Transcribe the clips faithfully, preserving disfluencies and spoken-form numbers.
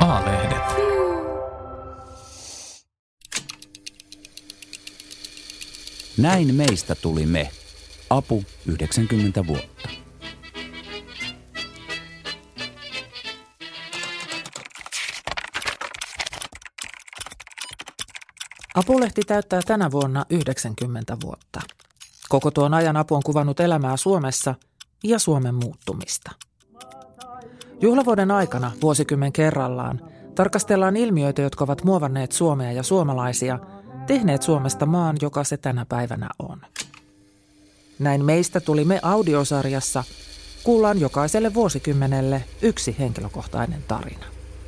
A-lehdet. Näin meistä tuli me. Apu yhdeksänkymmentä vuotta. Apulehti täyttää tänä vuonna yhdeksänkymmentä vuotta. Koko tuon ajan Apu on kuvannut elämää Suomessa ja Suomen muuttumista. Juhlavuoden aikana vuosikymmen kerrallaan tarkastellaan ilmiöitä, jotka ovat muovanneet Suomea ja suomalaisia, tehneet Suomesta maan, joka se tänä päivänä on. Näin meistä tuli me audiosarjassa. Kuullaan jokaiselle vuosikymmenelle yksi henkilökohtainen tarina.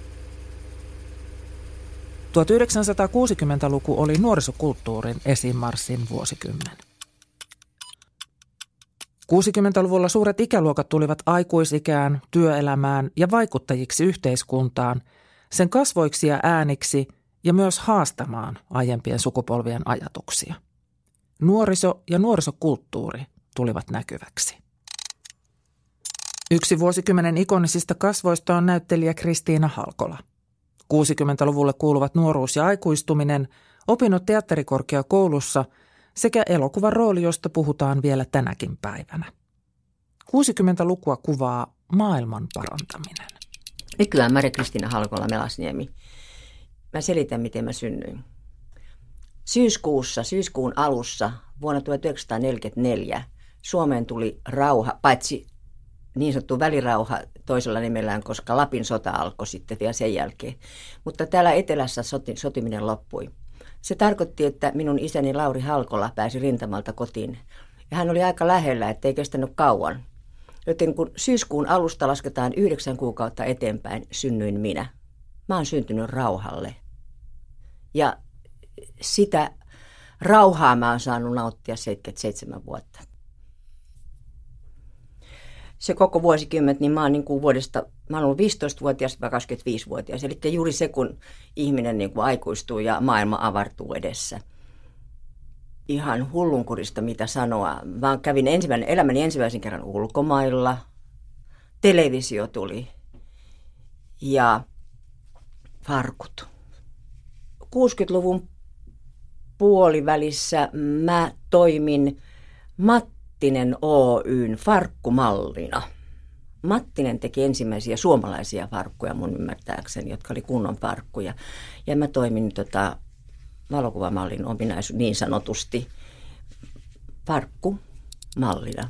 tuhatyhdeksänsataakuusikymmentäluku oli nuorisokulttuurin esimarssin vuosikymmen. kuusikymmentäluvulla suuret ikäluokat tulivat aikuisikään, työelämään ja vaikuttajiksi yhteiskuntaan, sen kasvoiksi ja ääniksi ja myös haastamaan aiempien sukupolvien ajatuksia. Nuoriso ja nuorisokulttuuri tulivat näkyväksi. Yksi vuosikymmenen ikonisista kasvoista on näyttelijä Kristiina Halkola. kuusikymmentäluvulle kuuluvat nuoruus ja aikuistuminen, opinnot teatterikorkeakoulussa sekä elokuvan rooli, josta puhutaan vielä tänäkin päivänä. kuusikymmentälukua kuvaa maailman parantaminen. Nykyään Mari-Kristiina Halkola, Melasniemi. Mä selitän, miten mä synnyin. Syyskuussa, syyskuun alussa vuonna tuhatyhdeksänsataaneljäkymmentäneljä Suomeen tuli rauha, paitsi niin sanottu välirauha toisella nimellään, koska Lapin sota alkoi sitten vielä sen jälkeen. Mutta täällä etelässä soti, sotiminen loppui. Se tarkoitti, että minun isäni Lauri Halkola pääsi rintamalta kotiin. Ja hän oli aika lähellä, ettei kestänyt kauan. Joten kun syyskuun alusta lasketaan yhdeksän kuukautta eteenpäin, synnyin minä. Mä oon syntynyt rauhalle. Ja sitä rauhaa mä oon saanut nauttia seitsemänkymmentäseitsemän vuotta. Se koko vuosikymmen, niin mä oon niin kuin vuodesta, mä oon ollut viisitoistavuotias vai kaksikymmentäviisivuotias. Eli juuri se, kun ihminen niin kuin aikuistuu ja maailma avartuu edessä. Ihan hullunkurista, mitä sanoa. Mä kävin ensimmäinen, elämäni ensimmäisen kerran ulkomailla. Televisio tuli. Ja farkut. kuusikymmentäluvun puolivälissä mä toimin Mattinen Oyn farkkumallina. Mattinen teki ensimmäisiä suomalaisia farkkuja mun ymmärtääkseni, jotka oli kunnon farkkuja. Ja mä toimin tota, valokuvamallin ominaisuus niin sanotusti farkkumallina.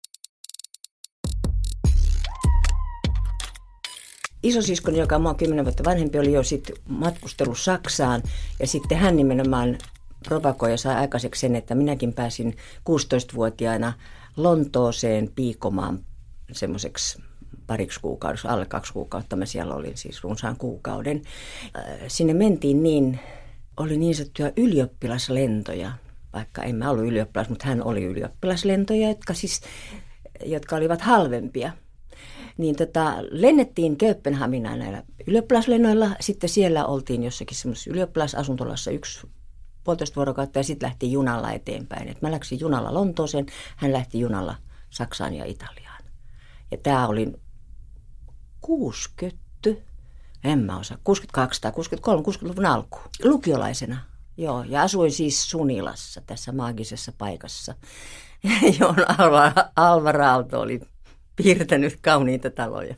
Isosiskoni, joka on mua kymmenen vuotta vanhempi, oli jo sitten matkustellut Saksaan ja sitten hän nimenomaan provokoi ja sai aikaiseksi sen, että minäkin pääsin kuusitoistavuotiaana Lontooseen piikomaan semmoiseksi pariksi kuukaudeksi, alle kaksi kuukautta mä siellä olin, siis runsaan kuukauden. Sinne mentiin niin, oli niin sanottuja ylioppilaslentoja, vaikka en mä ollut ylioppilas, mutta hän oli ylioppilaslentoja, jotka, siis, jotka olivat halvempia. Niin tota, lennettiin Kööpenhaminaan näillä ylioppilaslennoilla, sitten siellä oltiin jossakin semmoisessa ylioppilasasuntolassa yksi puolitoista vuorokautta ja sitten lähti junalla eteenpäin. Et mä läksin junalla Lontooseen, hän lähti junalla Saksaan ja Italiaan. Ja tää oli kuusikymmentä, en mä osaa, kuusikymmentäkaksi tai kuusikymmentäkolme, kuusikymmentäluvun alku. Lukiolaisena, joo, ja asuin siis Sunilassa, tässä maagisessa paikassa, johon Alvar, Alvar Aalto oli piirtänyt kauniita taloja.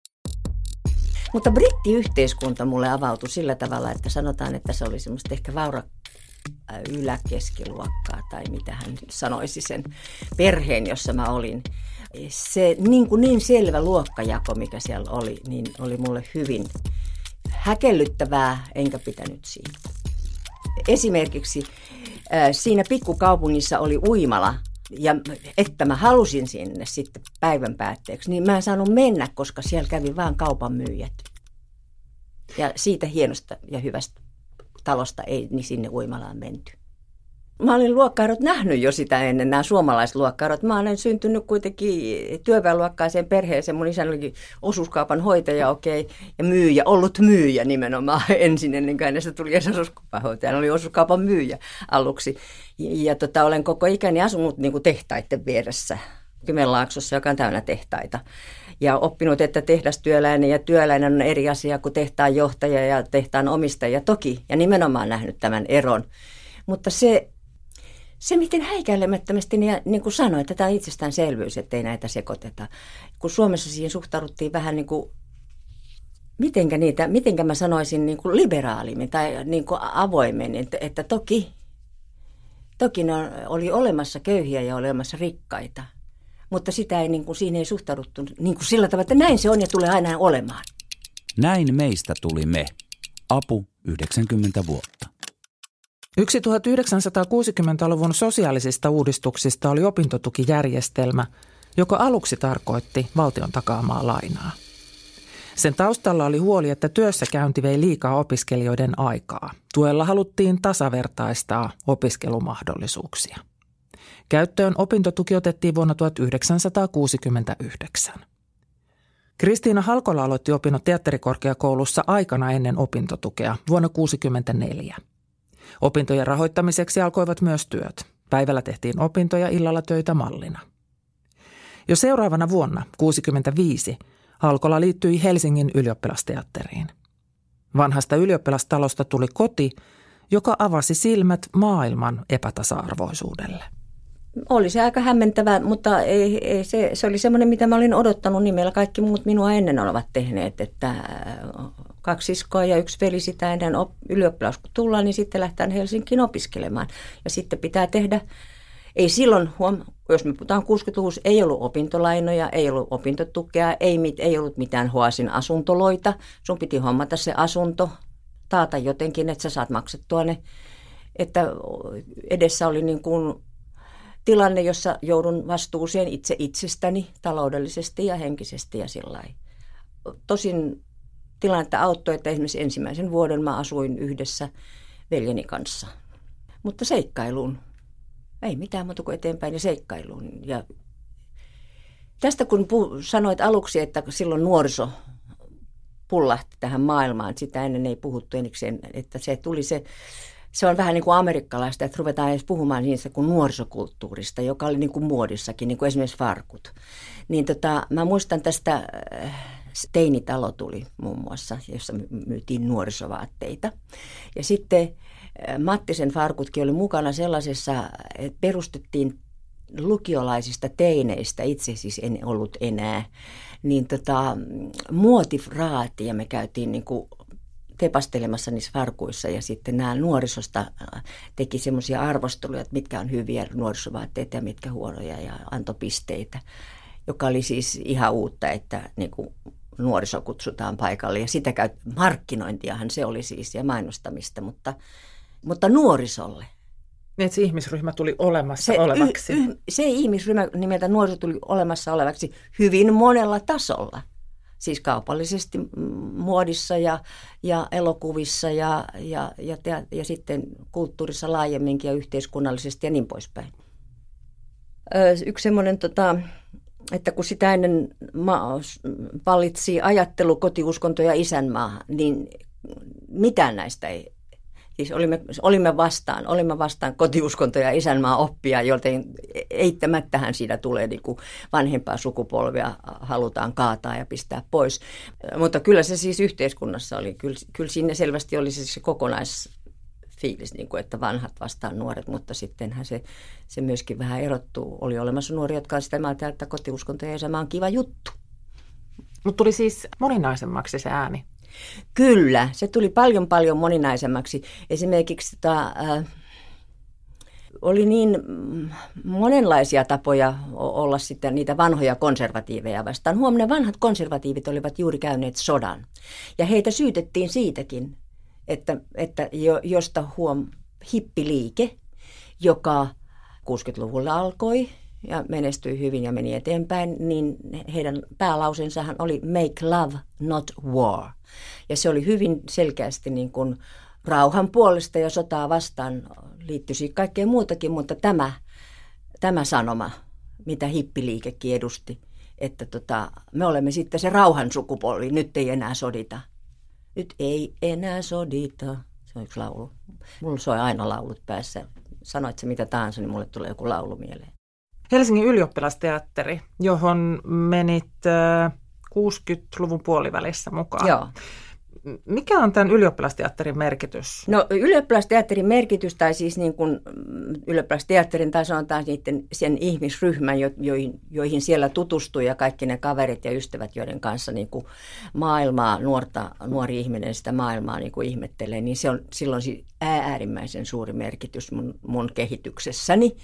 Mutta brittiyhteiskunta mulle avautui sillä tavalla, että sanotaan, että se oli semmoista ehkä vaura yläkeskiluokkaa tai mitä hän sanoisi sen perheen, jossa mä olin. Se niin, kuin niin selvä luokkajako, mikä siellä oli, niin oli mulle hyvin häkellyttävää, enkä pitänyt siitä. Esimerkiksi äh, siinä pikkukaupungissa oli uimala, ja että mä halusin sinne sitten päivän päätteeksi, niin mä en saanut mennä, koska siellä kävi vaan kaupan myyjät. Ja siitä hienosta ja hyvästä talosta ei niin sinne uimalaan menty. Mä olin luokkaerot nähnyt jo sitä ennen, nämä suomalaiset luokkaerot. Mä olen syntynyt kuitenkin työväenluokkaiseen perheeseen. Mun isäni olikin osuuskaupan hoitaja, okei, okay, ja myyjä, ollut myyjä nimenomaan ensin, ennen kuin hänestä tuli edes osuuskaupan hoitaja. Hän oli osuuskaupan myyjä aluksi. Ja, ja tota, olen koko ikäni asunut niin kuin tehtaiden vieressä. Kymenlaaksossa, joka on täynnä tehtaita. Ja oppinut, että tehdastyöläinen ja työläinen on eri asia kuin tehtaan johtaja ja tehtaan omistaja toki. Ja nimenomaan nähnyt tämän eron. Mutta se, se miten häikäilemättömästi niin, niin kuin sanoin, että tämä on itsestäänselvyys, ettei näitä sekoiteta. Kun Suomessa siihen suhtauduttiin vähän niin kuin, mitenkä, niitä, mitenkä mä sanoisin niin kuin liberaalimmin tai niin kuin avoimemmin, että, että toki, toki ne oli olemassa köyhiä ja olemassa rikkaita. Mutta sitä ei, niin kuin, siinä ei suhtauduttu niin kuin sillä tavalla, että näin se on ja tulee aina olemaan. Näin meistä tuli me. Apu yhdeksänkymmentä vuotta. Yksi tuhatyhdeksänsataakuusikymmentäluvun sosiaalisista uudistuksista oli opintotukijärjestelmä, joka aluksi tarkoitti valtion takaamaa lainaa. Sen taustalla oli huoli, että työssäkäynti vei liikaa opiskelijoiden aikaa. Tuella haluttiin tasavertaistaa opiskelumahdollisuuksia. Käyttöön opintotuki otettiin vuonna tuhatyhdeksänsataakuusikymmentäyhdeksän. Kristiina Halkola aloitti opinnot teatterikorkeakoulussa aikana ennen opintotukea vuonna tuhatyhdeksänsataakuusikymmentäneljä. Opintojen rahoittamiseksi alkoivat myös työt. Päivällä tehtiin opintoja, illalla töitä mallina. Jo seuraavana vuonna tuhatyhdeksänsataakuusikymmentäviisi Halkola liittyi Helsingin ylioppilasteatteriin. Vanhasta ylioppilastalosta tuli koti, joka avasi silmät maailman epätasa-arvoisuudelle. Oli se aika hämmentävää, mutta ei, ei, se, se oli semmoinen, mitä mä olin odottanut nimellä. Kaikki muut minua ennen ovat tehneet, että kaksi siskoa ja yksi veli sitä ennen ylioppilas kun tullaan, niin sitten lähtään Helsinkiin opiskelemaan. Ja sitten pitää tehdä, ei silloin, huom, jos me puhutaan kuusikymmentäluvussa, ei ollut opintolainoja, ei ollut opintotukea, ei, ei ollut mitään Hoasin asuntoloita. Sun piti hommata se asunto, taata jotenkin, että sä saat maksettua ne. Että edessä oli niin kuin tilanne, jossa joudun vastuuseen itse itsestäni taloudellisesti ja henkisesti ja sillä lailla. Tosin tilannetta auttoi, että esimerkiksi ensimmäisen vuoden mä asuin yhdessä veljeni kanssa. Mutta seikkailuun. Ei mitään muuta kuin eteenpäin ja seikkailuun. Ja tästä kun puh- sanoit aluksi, että silloin nuoriso pullahti tähän maailmaan, sitä ennen ei puhuttu enikseen, että se tuli se, se on vähän niin kuin amerikkalaista, että ruvetaan edes puhumaan niistä kuin nuorisokulttuurista, joka oli niin kuin muodissakin, niin kuin esimerkiksi farkut. Niin tota, mä muistan tästä, teinitalo tuli muun muassa, jossa myytiin nuorisovaatteita. Ja sitten Mattisen farkutkin oli mukana sellaisessa, että perustettiin lukiolaisista teineistä, itse siis en ollut enää, niin tota, muotifraati ja me käytiin niin kuin tepastelemassa niissä farkuissa ja sitten nämä nuorisosta teki semmoisia arvosteluja, että mitkä on hyviä nuorisovaatteita ja mitkä huonoja ja antoi pisteitä, joka oli siis ihan uutta, että niin kuin nuoriso kutsutaan paikalle ja sitä käy, markkinointiahan se oli siis ja mainostamista, mutta, mutta nuorisolle. Niin, että se ihmisryhmä tuli olemassa se, olevaksi. Y, y, se ihmisryhmä nimeltä nuoriso tuli olemassa olevaksi hyvin monella tasolla. Siis kaupallisesti muodissa ja, ja elokuvissa ja, ja, ja, ja, ja sitten kulttuurissa laajemminkin ja yhteiskunnallisesti ja niin poispäin. Yksi semmoinen, tota, että kun sitä ennen vallitsi ajattelu, kotiuskonto ja isänmaa, niin mitään näistä ei. Siis olimme, olimme vastaan, olimme vastaan kotiuskonto ja isänmaa oppia, joten eittämättähän siinä tulee niin kuin vanhempaa sukupolvea halutaan kaataa ja pistää pois. Mutta kyllä se siis yhteiskunnassa oli, kyllä, kyllä siinä selvästi oli se, se kokonaisfiilis, niin kuin, että vanhat vastaan nuoret, mutta sittenhän se, se myöskin vähän erottuu. Oli olemassa nuoria, jotka on sitä mieltä, että kotiuskonto ja isänmaa on kiva juttu. Mutta tuli siis moninaisemmaksi se ääni. Kyllä, se tuli paljon paljon moninaisemmaksi. Esimerkiksi tota, äh, oli niin monenlaisia tapoja olla sitten niitä vanhoja konservatiiveja vastaan. Huomenna vanhat konservatiivit olivat juuri käyneet sodan ja heitä syytettiin siitäkin, että, että jo, josta huom hippiliike, joka kuusikymmentäluvulla alkoi ja menestyi hyvin ja meni eteenpäin, niin heidän päälausensahan oli make love, not war. Ja se oli hyvin selkeästi niin kuin rauhan puolesta ja sotaa vastaan, liittyi siihen kaikkeen muutakin, mutta tämä, tämä sanoma, mitä hippiliikekin edusti, että tota, me olemme sitten se rauhan sukupolvi, nyt ei enää sodita. Nyt ei enää sodita. Se on yksi laulu. Mulla soi aina laulut päässä. Sanoit se mitä tahansa, niin mulle tulee joku laulu mieleen. Helsingin ylioppilasteatteri, johon menit kuusikymmentäluvun puolivälissä mukaan. Joo. Mikä on tämän ylioppilasteatterin merkitys? No ylioppilasteatterin merkitys, tai siis niin kuin ylioppilasteatterin, tai sanotaan niiden, sen ihmisryhmän, joihin, joihin siellä tutustui, ja kaikki ne kaverit ja ystävät, joiden kanssa niin kuin maailmaa, nuorta, nuori ihminen sitä maailmaa niin kuin ihmettelee, niin se on silloin äärimmäisen suuri merkitys mun, mun kehityksessäni.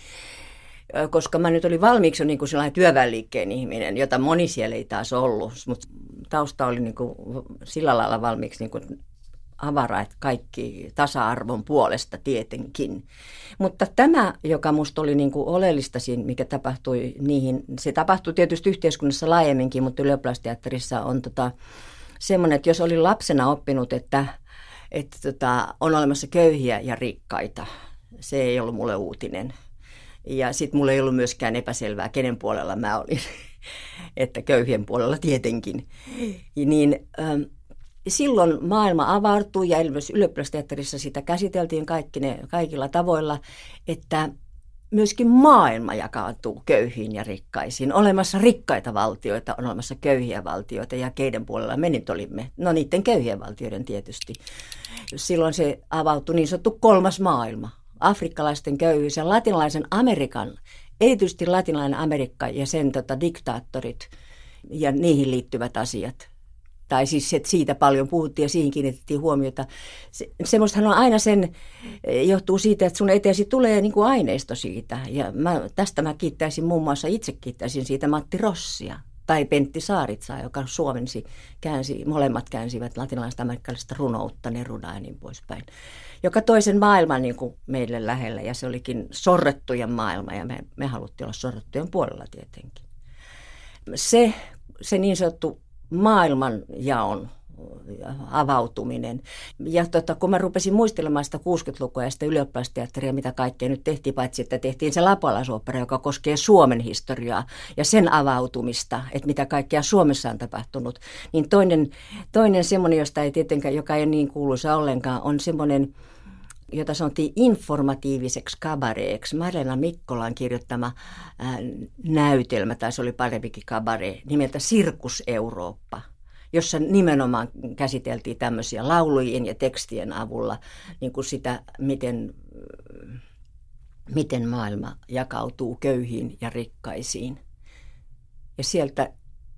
Koska mä nyt olin valmiiksi jo niin kuin sellainen työväenliikkeen ihminen, jota moni siellä ei taas ollut, mutta tausta oli niin kuin sillä lailla valmiiksi niin kuin avara, että kaikki tasa-arvon puolesta tietenkin. Mutta tämä, joka musta oli niin kuin oleellista siinä, mikä tapahtui niihin, se tapahtui tietysti yhteiskunnassa laajemminkin, mutta ylioppilasteatterissa on tota, semmoinen, että jos olin lapsena oppinut, että, että tota, on olemassa köyhiä ja rikkaita, se ei ollut mulle uutinen. Ja sitten mulla ei ollut myöskään epäselvää, kenen puolella mä olin, että köyhien puolella tietenkin. Ja niin, ähm, silloin maailma avartui ja myös ylioppilasteatterissa sitä käsiteltiin kaikki ne, kaikilla tavoilla, että myöskin maailma jakautuu köyhiin ja rikkaisiin. Olemassa rikkaita valtioita, on olemassa köyhiä valtioita ja keiden puolella me nyt olimme. No niiden köyhien valtioiden tietysti. Silloin se avautui niin sanottu kolmas maailma. Afrikkalaisten köyhyys ja latinalaisen Amerikan, erityisesti latinalainen Amerikka ja sen tota, diktaattorit ja niihin liittyvät asiat. Tai siis että siitä paljon puhuttiin ja siihen kiinnitettiin huomiota. Se, semmoistahan on aina sen, johtuu siitä, että sun eteesi tulee niin kuin aineisto siitä. Ja mä, tästä mä kiittäisin muun muassa, itse kiittäisin siitä Matti Rossia. Tai Pentti Saaritsaa, joka suomensi, käänsi, molemmat käänsivät latinalaista amerikkalaista runoutta, Nerudaa ja niin poispäin. Joka toisen maailman niin kuin meille lähellä, ja se olikin sorrettujen maailma, ja me, me haluttiin olla sorrettujen puolella tietenkin. Se, se niin sanottu maailmanjaon avautuminen. Ja tota, kun mä rupesin muistelemaan sitä kuusikymmentälukua ja sitä ylioppilasteatteria, mitä kaikkea nyt tehtiin, paitsi että tehtiin se lapualaisooppera, joka koskee Suomen historiaa ja sen avautumista, että mitä kaikkea Suomessa on tapahtunut, niin toinen, toinen semmoinen, josta ei tietenkään, joka ei niin kuuluisa ollenkaan, on semmoinen, jota sanottiin informatiiviseksi kabareeksi. Marlena Mikkolan kirjoittama ää, näytelmä, tai se oli parempikin kabare, nimeltä Sirkus Eurooppa, jossa nimenomaan käsiteltiin tämmöisiä laulujen ja tekstien avulla niin kuin sitä, miten, miten maailma jakautuu köyhiin ja rikkaisiin. Ja sieltä,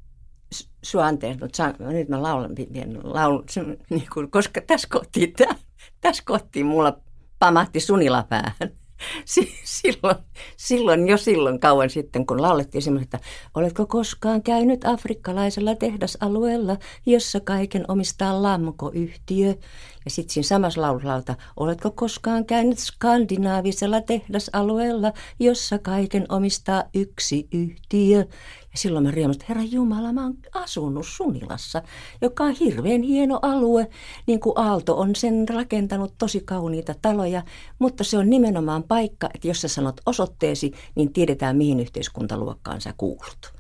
sua anteeksi, mutta nyt mä laulan pienen laulun, niin kuin, koska tässä kohtiin, tässä kohtiin mulla pamahti sunila päähän. Silloin, silloin, jo silloin kauan sitten, kun laulettiin semmoista, että oletko koskaan käynyt afrikkalaisella tehdasalueella, jossa kaiken omistaa Lamco-yhtiö? Ja sitten siinä samassa laulussa, oletko koskaan käynyt skandinaavisella tehdasalueella, jossa kaiken omistaa yksi yhtiö? Ja silloin mä riemuin, että Herra Jumala, mä oon asunut Sunilassa, joka on hirveän hieno alue. Niin kuin Aalto on sen rakentanut tosi kauniita taloja, mutta se on nimenomaan paikka, että jos sä sanot osoitteesi, niin tiedetään mihin yhteiskuntaluokkaan sä kuulut.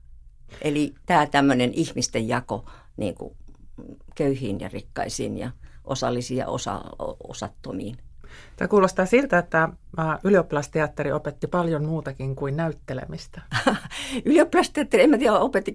Eli tämä tämmöinen ihmisten jako niin kuin köyhiin ja rikkaisiin ja osallisiin ja osa, osattomiin. Tämä kuulostaa siltä, että ylioppilasteatteri opetti paljon muutakin kuin näyttelemistä. Ylioppilasteatteri, en mä tiedä, opetti,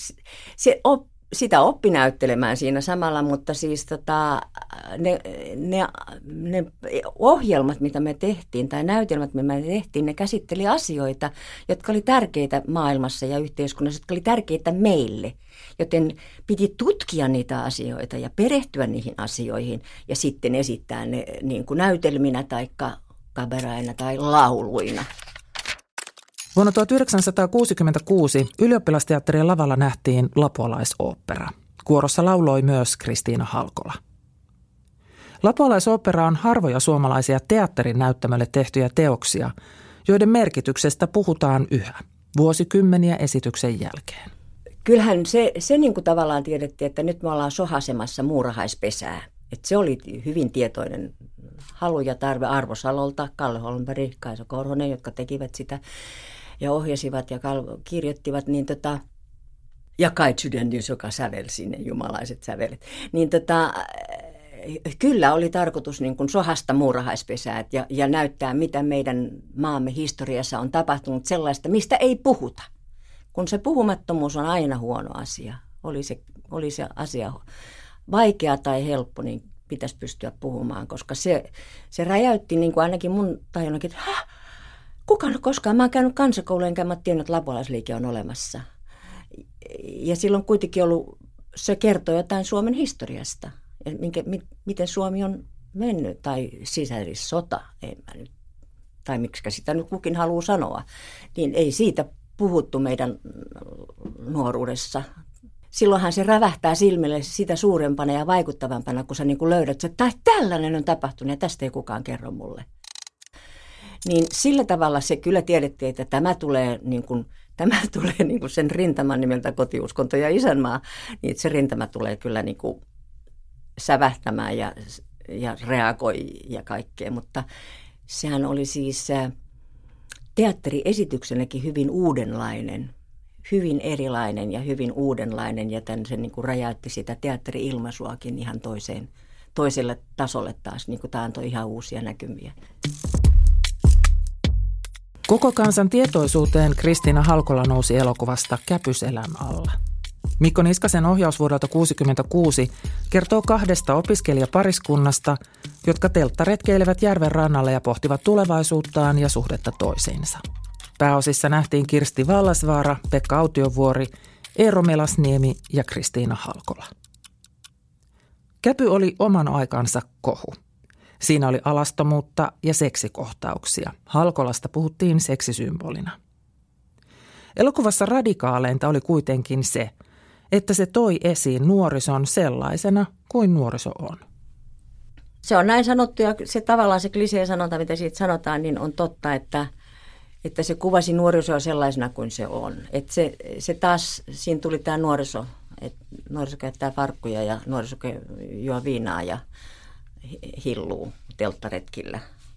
se op, sitä oppi näyttelemään siinä samalla, mutta siis tota, ne, ne, ne ohjelmat, mitä me tehtiin, tai näytelmät, mitä me tehtiin, ne käsitteli asioita, jotka oli tärkeitä maailmassa ja yhteiskunnassa, jotka oli tärkeitä meille. Joten piti tutkia niitä asioita ja perehtyä niihin asioihin ja sitten esittää ne niin kuin näytelminä tai kaberaina tai lauluina. Vuonna tuhatyhdeksänsataakuusikymmentäkuusi ylioppilasteatterin lavalla nähtiin lapualaisooppera. Kuorossa lauloi myös Kristiina Halkola. Lapualaisooppera on harvoja suomalaisia teatterin näyttämölle tehtyjä teoksia, joiden merkityksestä puhutaan yhä, vuosikymmeniä esityksen jälkeen. Kyllähän se, se niin kuin tavallaan tiedettiin, että nyt me ollaan sohasemassa muurahaispesää. Että se oli hyvin tietoinen halu ja tarve Arvo Salolta, Kalle Holmberg, Kaisa Korhonen, jotka tekivät sitä ja ohjasivat ja kirjoittivat, niin tota, ja Kai Chydenius, joka sävelsi ne jumalaiset sävelet. Niin tota, kyllä oli tarkoitus niin kuin sohasta muurahaispesää ja, ja näyttää, mitä meidän maamme historiassa on tapahtunut sellaista, mistä ei puhuta. Kun se puhumattomuus on aina huono asia, oli se, oli se asia vaikea tai helppo, niin pitäisi pystyä puhumaan, koska se, se räjäytti niin kuin ainakin mun tajunnakin, että Hah, kukaan on koskaan, mä oon käynyt kansakouluun enkä mä tiennyt, että lapualaisliike on olemassa. Ja silloin kuitenkin ollut, se kertoo jotain Suomen historiasta, ja minkä, mi, miten Suomi on mennyt, tai sisällissota, en mä nyt, tai miksi sitä nyt kukin haluaa sanoa, niin ei siitä puhuttu meidän nuoruudessa. Silloinhan se rävähtää silmille sitä suurempana ja vaikuttavampana, kun sä niin kuin löydät, että tällainen on tapahtunut ja tästä ei kukaan kerro mulle. Niin sillä tavalla se kyllä tiedettiin, että tämä tulee, niin kuin, tämä tulee niin kuin sen rintaman nimeltä kotiuskonto ja isänmaa, niin se rintama tulee kyllä niin kuin sävähtämään ja, ja reagoi ja kaikkea, mutta sehän oli siis teatteriesityksenäkin hyvin uudenlainen, hyvin erilainen ja hyvin uudenlainen, ja tämän se niin kuin räjäytti sitä teatteri-ilmaisuakin ihan toiseen, toiselle tasolle taas, niin kuin tämä antoi ihan uusia näkymiä. Koko kansan tietoisuuteen Kristiina Halkola nousi elokuvasta Käpyselän alla. Mikko Niskasen ohjaus vuodelta tuhatyhdeksänsataakuusikymmentäkuusi kertoo kahdesta opiskelijapariskunnasta, jotka telttaretkeilevät järven rannalla ja pohtivat tulevaisuuttaan ja suhdetta toisiinsa. Pääosissa nähtiin Kirsti Vallasvaara, Pekka Autiovuori, Eero Melasniemi ja Kristiina Halkola. Käpy oli oman aikansa kohu. Siinä oli alastomuutta ja seksikohtauksia. Halkolasta puhuttiin seksisymbolina. Elokuvassa radikaaleinta oli kuitenkin se, että se toi esiin nuorison sellaisena kuin nuoriso on. Se on näin sanottu ja se tavallaan se klisee sanonta, mitä siitä sanotaan, niin on totta, että, että se kuvasi nuorisoa sellaisena kuin se on. Että se, se taas, siinä tuli tämä nuoriso, että nuoriso käyttää farkkuja ja nuoriso juo viinaa ja hilluu telttaretkillä.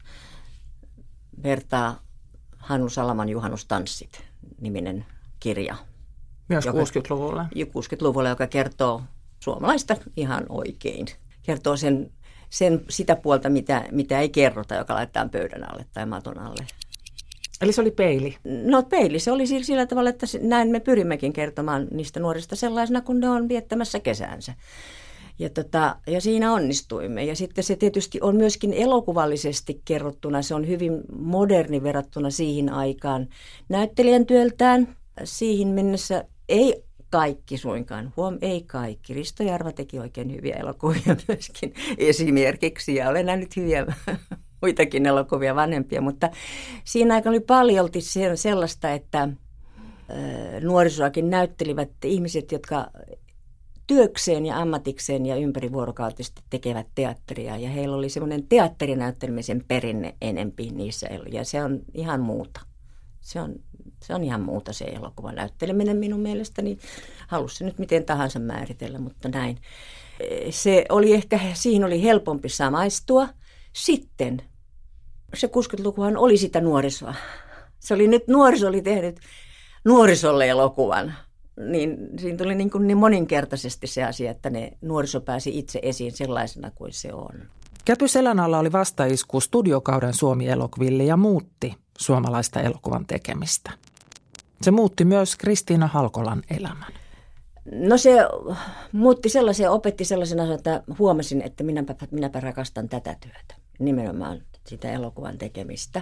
Vertaa Hannu Salaman Juhannustanssit -niminen kirja. Myös kuusikymmentäluvulla. kuusikymmentäluvulla, joka kertoo suomalaista ihan oikein. Kertoo sen, sen sitä puolta, mitä, mitä ei kerrota, joka laitetaan pöydän alle tai maton alle. Eli se oli peili? No peili, se oli sillä tavalla, että näin me pyrimmekin kertomaan niistä nuorista sellaisena, kun ne on viettämässä kesäänsä. Ja, tota, ja siinä onnistuimme. Ja sitten se tietysti on myöskin elokuvallisesti kerrottuna. Se on hyvin moderni verrattuna siihen aikaan näyttelijän työltään. Siihen mennessä ei kaikki suinkaan. Huom, ei kaikki. Risto Jarva teki oikein hyviä elokuvia myöskin esimerkiksi. Ja olen nähnyt hyviä muitakin elokuvia vanhempia. Mutta siinä aikana oli paljolti sellaista, että nuorisoakin näyttelivät ihmiset, jotka työkseen ja ammatikseen ja ympärivuorokautisesti tekevät teatteria. Ja heillä oli semmoinen teatterinäyttelemisen perinne enempi niissä. Ja se on ihan muuta. Se on, se on ihan muuta se elokuvan näytteleminen minun mielestäni. Halusi se nyt miten tahansa määritellä, mutta näin. Se oli ehkä, siihen oli helpompi samaistua. Sitten se kuusikymmentälukuhan oli sitä nuorisoa. Se oli nyt, nuoriso oli tehnyt nuorisolle elokuvan. Niin siinä tuli niin, kuin niin moninkertaisesti se asia, että ne nuoriso pääsi itse esiin sellaisena kuin se on. Käpyselän alla oli vastaisku studiokauden Suomi-elokuville ja muutti suomalaista elokuvan tekemistä. Se muutti myös Kristiina Halkolan elämän. No se muutti sellaisen, opetti sellaisen asian, että huomasin, että minäpä, minäpä rakastan tätä työtä. Nimenomaan sitä elokuvan tekemistä.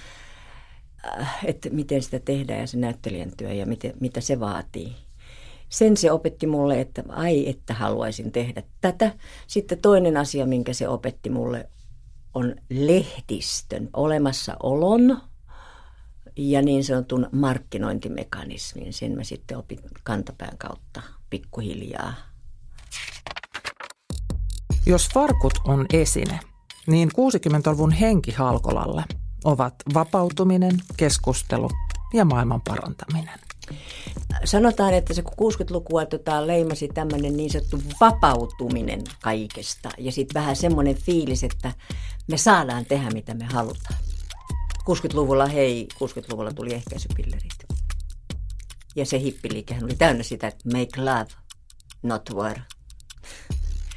Että miten sitä tehdään ja se näyttelijän työ ja miten, mitä se vaatii. Sen se opetti mulle, että ai, että haluaisin tehdä tätä. Sitten toinen asia, minkä se opetti mulle, on lehdistön olemassaolon ja niin sanotun markkinointimekanismin. Sen mä sitten opin kantapään kautta pikkuhiljaa. Jos farkut on esine, niin kuusikymmentäluvun henki Halkolalle ovat vapautuminen, keskustelu ja maailman parantaminen. Sanotaan, että se kun kuusikymmentälukua tota, leimasi tämmöinen niin sanottu vapautuminen kaikesta ja sitten vähän semmoinen fiilis, että me saadaan tehdä mitä me halutaan. kuusikymmentäluvulla, hei, kuusikymmentäluvulla tuli ehkäisypillerit. Ja se hippiliikehän oli täynnä sitä, että make love, not war.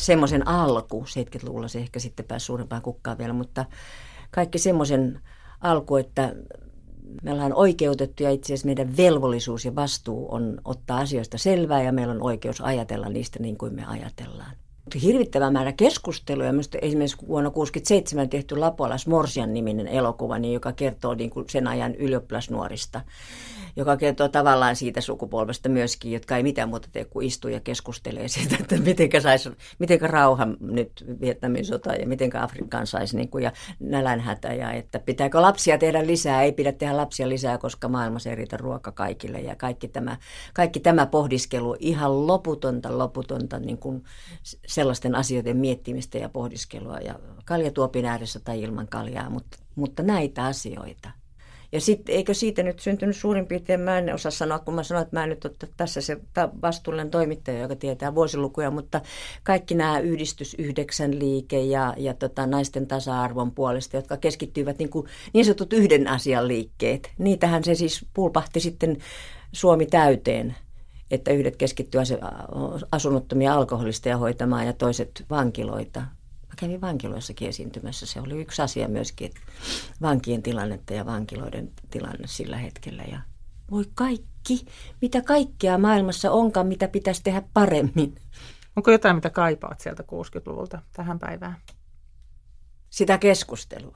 semmoisen alku. seitsemänkymmentäluvulla se ehkä sitten pääsi suurempaan kukkaan vielä, mutta kaikki semmoisen alku, että me ollaan oikeutettu ja itse asiassa meidän velvollisuus ja vastuu on ottaa asioista selvää ja meillä on oikeus ajatella niistä niin kuin me ajatellaan. Hirvittävä määrä keskusteluja. Minusta esimerkiksi vuonna tuhatyhdeksänsataakuusikymmentäseitsemän tehty Lapolas Morsian niminen elokuva, niin joka kertoo niin kuin sen ajan ylioppilasnuorista, joka kertoo tavallaan siitä sukupolvesta myöskin, jotka ei mitään muuta tee kuin istuu ja keskustelee siitä, että mitenkä, sais, mitenkä rauha nyt Vietnamin sota ja mitenkä Afrikkaan saisi niin kuin, ja nälänhätä ja että pitääkö lapsia tehdä lisää, ei pidä tehdä lapsia lisää, koska maailmassa ei riitä ruoka kaikille ja kaikki tämä, kaikki tämä pohdiskelu, ihan loputonta, loputonta niin kuin sellaisten asioiden miettimistä ja pohdiskelua ja kaljatuopin ääressä tai ilman kaljaa, mutta, mutta näitä asioita. Ja sitten eikö siitä nyt syntynyt suurin piirtein, mä en osaa sanoa, kun mä sanoin, että mä en nyt ole tässä se vastuullinen toimittaja, joka tietää vuosilukuja, mutta kaikki nämä yhdistys yhdeksän liike ja, ja tota, naisten tasa-arvon puolesta, jotka keskittyivät niin, kuin, niin sanotut yhden asian liikkeet, niitähän se siis pulpahti sitten Suomi täyteen, että yhdet keskittyivät asunnottomia alkoholisteja hoitamaan ja toiset vankiloita. Mä kävin vankiloissakin esiintymässä. Se oli yksi asia myöskin, että vankien tilannetta ja vankiloiden tilanne sillä hetkellä. Ja voi kaikki, mitä kaikkea maailmassa onkaan, mitä pitäisi tehdä paremmin. Onko jotain, mitä kaipaat sieltä kuusikymmentäluvulta tähän päivään? Sitä keskustelua.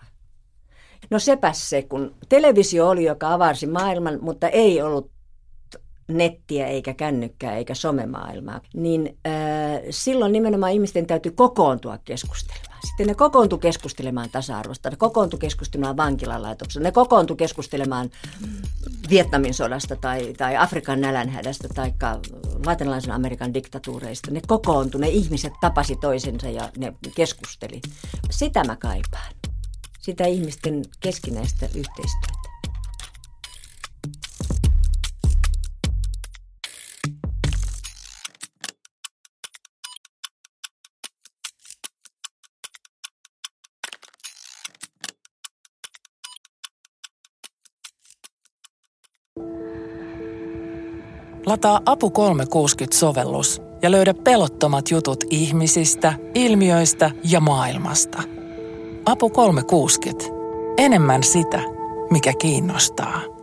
No sepäs se, kun televisio oli, joka avarsi maailman, mutta ei ollut nettiä eikä kännykkää eikä somemaailmaa, niin äh, silloin nimenomaan ihmisten täytyy kokoontua keskustelemaan. Sitten ne kokoontui keskustelemaan tasa-arvosta, ne kokoontui keskustelemaan vankilalaitoksesta, ne kokoontui keskustelemaan Vietnamin sodasta tai, tai Afrikan nälänhädästä tai latinalaisen Amerikan diktatuureista. Ne kokoontui, ne ihmiset tapasi toisensa ja ne keskusteli. Sitä mä kaipaan, sitä ihmisten keskinäistä yhteistyötä. Lataa Apu kolmesataakuusikymmentä-sovellus ja löydä pelottomat jutut ihmisistä, ilmiöistä ja maailmasta. Apu kolmesataakuusikymmentä. Enemmän sitä, mikä kiinnostaa.